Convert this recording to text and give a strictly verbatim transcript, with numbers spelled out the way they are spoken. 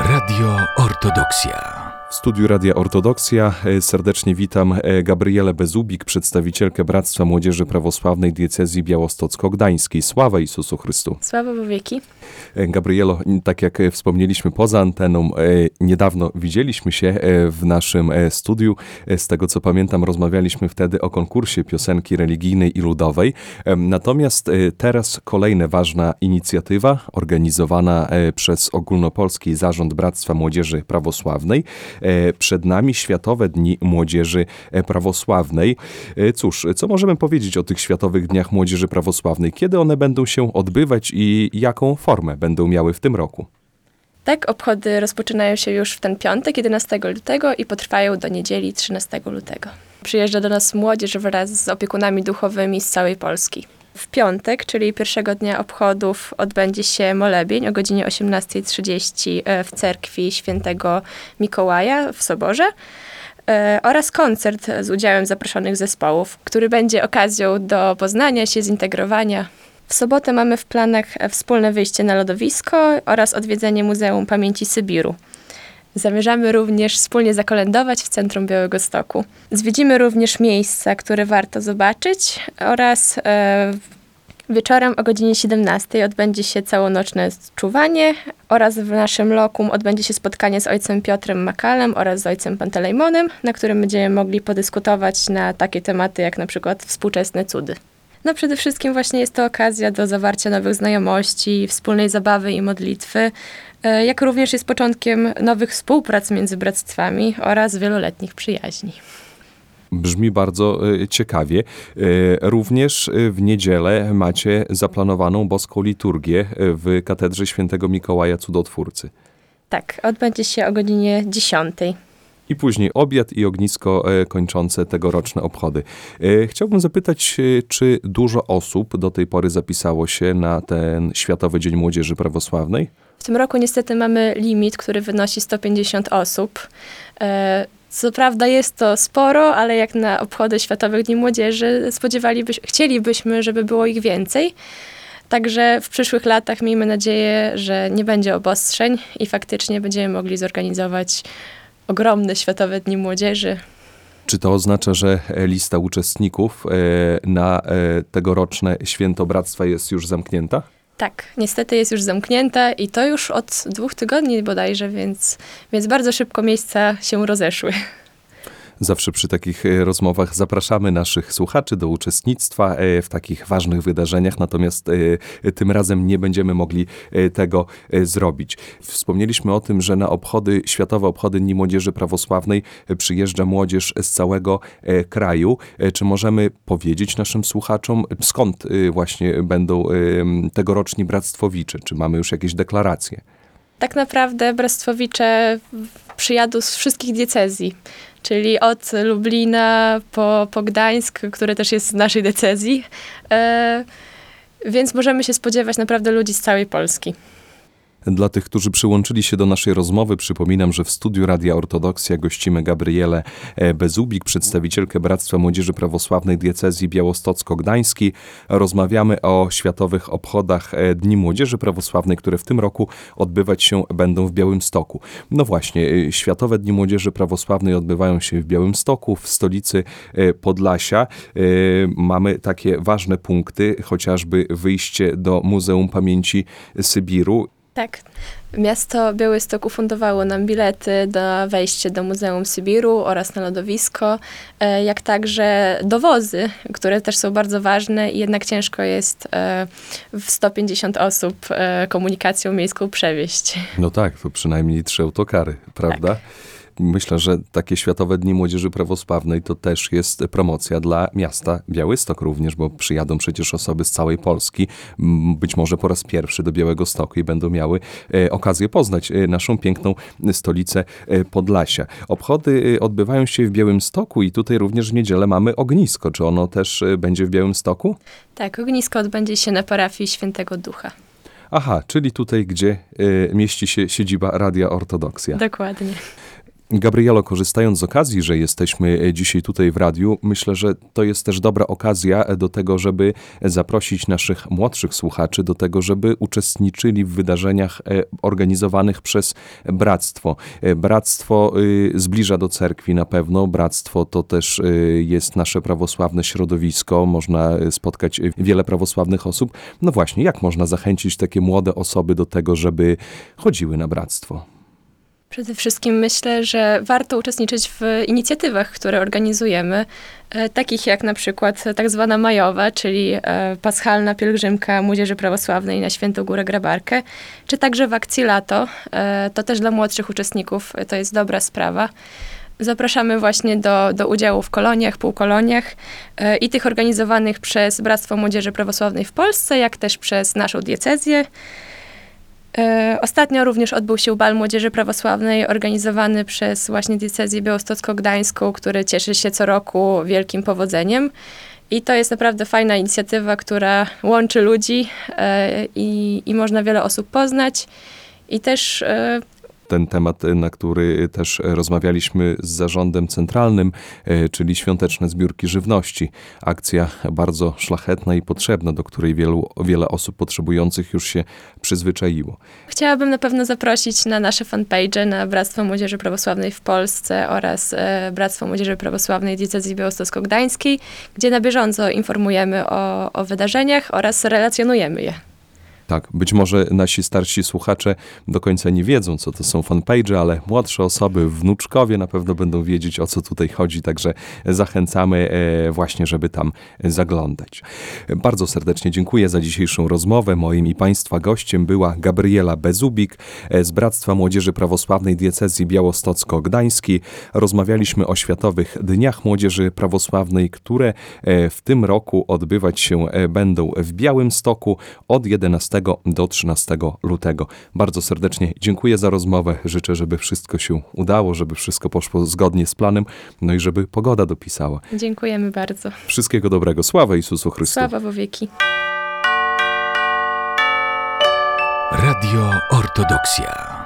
Radio Ortodoksja. W studiu Radia Ortodoksja serdecznie witam Gabrielę Bezubik, przedstawicielkę Bractwa Młodzieży Prawosławnej Diecezji Białostocko-Gdańskiej. Sława Jezusu Chrystu. Sława w wieki. Gabrielo, tak jak wspomnieliśmy poza anteną, niedawno widzieliśmy się w naszym studiu. Z tego co pamiętam, rozmawialiśmy wtedy o konkursie piosenki religijnej i ludowej. Natomiast teraz kolejna ważna inicjatywa organizowana przez Ogólnopolski Zarząd Bractwa Młodzieży Prawosławnej. Przed nami Światowe Dni Młodzieży Prawosławnej. Cóż, co możemy powiedzieć o tych Światowych Dniach Młodzieży Prawosławnej? Kiedy one będą się odbywać i jaką formę będą miały w tym roku? Tak, obchody rozpoczynają się już w ten piątek, jedenastego lutego i potrwają do niedzieli trzynastego lutego. Przyjeżdża do nas młodzież wraz z opiekunami duchowymi z całej Polski. W piątek, czyli pierwszego dnia obchodów, odbędzie się molebień o godzinie osiemnasta trzydzieści w cerkwi Świętego Mikołaja w Soborze oraz koncert z udziałem zaproszonych zespołów, który będzie okazją do poznania się, zintegrowania. W sobotę mamy w planach wspólne wyjście na lodowisko oraz odwiedzenie Muzeum Pamięci Sybiru. Zamierzamy również wspólnie zakolędować w centrum Białegostoku. Zwiedzimy również miejsca, które warto zobaczyć oraz e, wieczorem o godzinie siedemnastej odbędzie się całonoczne czuwanie oraz w naszym lokum odbędzie się spotkanie z ojcem Piotrem Makalem oraz z ojcem Pantelejmonem, na którym będziemy mogli podyskutować na takie tematy jak na przykład współczesne cudy. No przede wszystkim właśnie jest to okazja do zawarcia nowych znajomości, wspólnej zabawy i modlitwy, jak również jest początkiem nowych współprac między bractwami oraz wieloletnich przyjaźni. Brzmi bardzo ciekawie. Również w niedzielę macie zaplanowaną boską liturgię w katedrze Świętego Mikołaja Cudotwórcy. Tak, odbędzie się o godzinie dziesiątej. I później obiad i ognisko kończące tegoroczne obchody. Chciałbym zapytać, czy dużo osób do tej pory zapisało się na ten Światowy Dzień Młodzieży Prawosławnej? W tym roku niestety mamy limit, który wynosi sto pięćdziesiąt osób. Co prawda jest to sporo, ale jak na obchody Światowych Dni Młodzieży spodziewalibyśmy, chcielibyśmy, żeby było ich więcej. Także w przyszłych latach miejmy nadzieję, że nie będzie obostrzeń i faktycznie będziemy mogli zorganizować ogromne Światowe Dni Młodzieży. Czy to oznacza, że lista uczestników na tegoroczne Święto Bractwa jest już zamknięta? Tak, niestety jest już zamknięta i to już od dwóch tygodni bodajże, więc, więc bardzo szybko miejsca się rozeszły. Zawsze przy takich rozmowach zapraszamy naszych słuchaczy do uczestnictwa w takich ważnych wydarzeniach, natomiast tym razem nie będziemy mogli tego zrobić. Wspomnieliśmy o tym, że na obchody, Światowe Obchody Dni Młodzieży Prawosławnej przyjeżdża młodzież z całego kraju. Czy możemy powiedzieć naszym słuchaczom, skąd właśnie będą tegoroczni bractwowicze? Czy mamy już jakieś deklaracje? Tak naprawdę bractwowicze przyjadą z wszystkich diecezji, czyli od Lublina po, po Gdańsk, który też jest z naszej diecezji, e, więc możemy się spodziewać naprawdę ludzi z całej Polski. Dla tych, którzy przyłączyli się do naszej rozmowy, przypominam, że w studiu Radia Ortodoksja gościmy Gabrielę Bezubik, przedstawicielkę Bractwa Młodzieży Prawosławnej Diecezji Białostocko-Gdańskiej. Rozmawiamy o światowych obchodach Dni Młodzieży Prawosławnej, które w tym roku odbywać się będą w Białymstoku. No właśnie, Światowe Dni Młodzieży Prawosławnej odbywają się w Białymstoku, w stolicy Podlasia. Mamy takie ważne punkty, chociażby wyjście do Muzeum Pamięci Sybiru. Tak. Miasto Białystok ufundowało nam bilety na wejście do Muzeum Sybiru oraz na lodowisko, jak także dowozy, które też są bardzo ważne i jednak ciężko jest w sto pięćdziesiąt osób komunikacją miejską przewieźć. No tak, to przynajmniej trzy autokary, prawda? Tak. Myślę, że takie Światowe Dni Młodzieży Prawosławnej to też jest promocja dla miasta Białystok również, bo przyjadą przecież osoby z całej Polski, być może po raz pierwszy do Białegostoku i będą miały e, okazję poznać e, naszą piękną stolicę e, Podlasia. Obchody e, odbywają się w Białymstoku i tutaj również w niedzielę mamy ognisko. Czy ono też e, będzie w Białymstoku? Tak, ognisko odbędzie się na parafii Świętego Ducha. Aha, czyli tutaj, gdzie e, mieści się siedziba Radia Ortodoksja. Dokładnie. Gabrielo, korzystając z okazji, że jesteśmy dzisiaj tutaj w radiu, myślę, że to jest też dobra okazja do tego, żeby zaprosić naszych młodszych słuchaczy do tego, żeby uczestniczyli w wydarzeniach organizowanych przez Bractwo. Bractwo zbliża do cerkwi na pewno. Bractwo to też jest nasze prawosławne środowisko. Można spotkać wiele prawosławnych osób. No właśnie, jak można zachęcić takie młode osoby do tego, żeby chodziły na Bractwo? Przede wszystkim myślę, że warto uczestniczyć w inicjatywach, które organizujemy, e, takich jak na przykład tak zwana majowa, czyli e, paschalna pielgrzymka Młodzieży Prawosławnej na Świętą Górę Grabarkę, czy także w akcji Lato. E, to też dla młodszych uczestników e, to jest dobra sprawa. Zapraszamy właśnie do, do udziału w koloniach, półkoloniach e, i tych organizowanych przez Bractwo Młodzieży Prawosławnej w Polsce, jak też przez naszą diecezję. E, Ostatnio również odbył się bal Młodzieży Prawosławnej organizowany przez właśnie diecezję białostocko-gdańską, który cieszy się co roku wielkim powodzeniem. I to jest naprawdę fajna inicjatywa, która łączy ludzi e, i, i można wiele osób poznać. I też e, ten temat, na który też rozmawialiśmy z zarządem centralnym, czyli świąteczne zbiórki żywności. Akcja bardzo szlachetna i potrzebna, do której wielu, wiele osób potrzebujących już się przyzwyczaiło. Chciałabym na pewno zaprosić na nasze fanpage, na Bractwo Młodzieży Prawosławnej w Polsce oraz e, Bractwo Młodzieży Prawosławnej Diecezji Białostocko-Gdańskiej, gdzie na bieżąco informujemy o, o wydarzeniach oraz relacjonujemy je. Tak, być może nasi starsi słuchacze do końca nie wiedzą, co to są fanpage, ale młodsze osoby, wnuczkowie na pewno będą wiedzieć, o co tutaj chodzi, także zachęcamy właśnie, żeby tam zaglądać. Bardzo serdecznie dziękuję za dzisiejszą rozmowę. Moim i Państwa gościem była Gabriela Bezubik z Bractwa Młodzieży Prawosławnej Diecezji Białostocko-Gdańskiej. Rozmawialiśmy o Światowych Dniach Młodzieży Prawosławnej, które w tym roku odbywać się będą w Białymstoku od jedenastego do trzynastego lutego. Bardzo serdecznie dziękuję za rozmowę. Życzę, żeby wszystko się udało, żeby wszystko poszło zgodnie z planem, no i żeby pogoda dopisała. Dziękujemy bardzo. Wszystkiego dobrego. Sława Jezusu Chrystu. Sława w wieki. Radio Ortodoksja.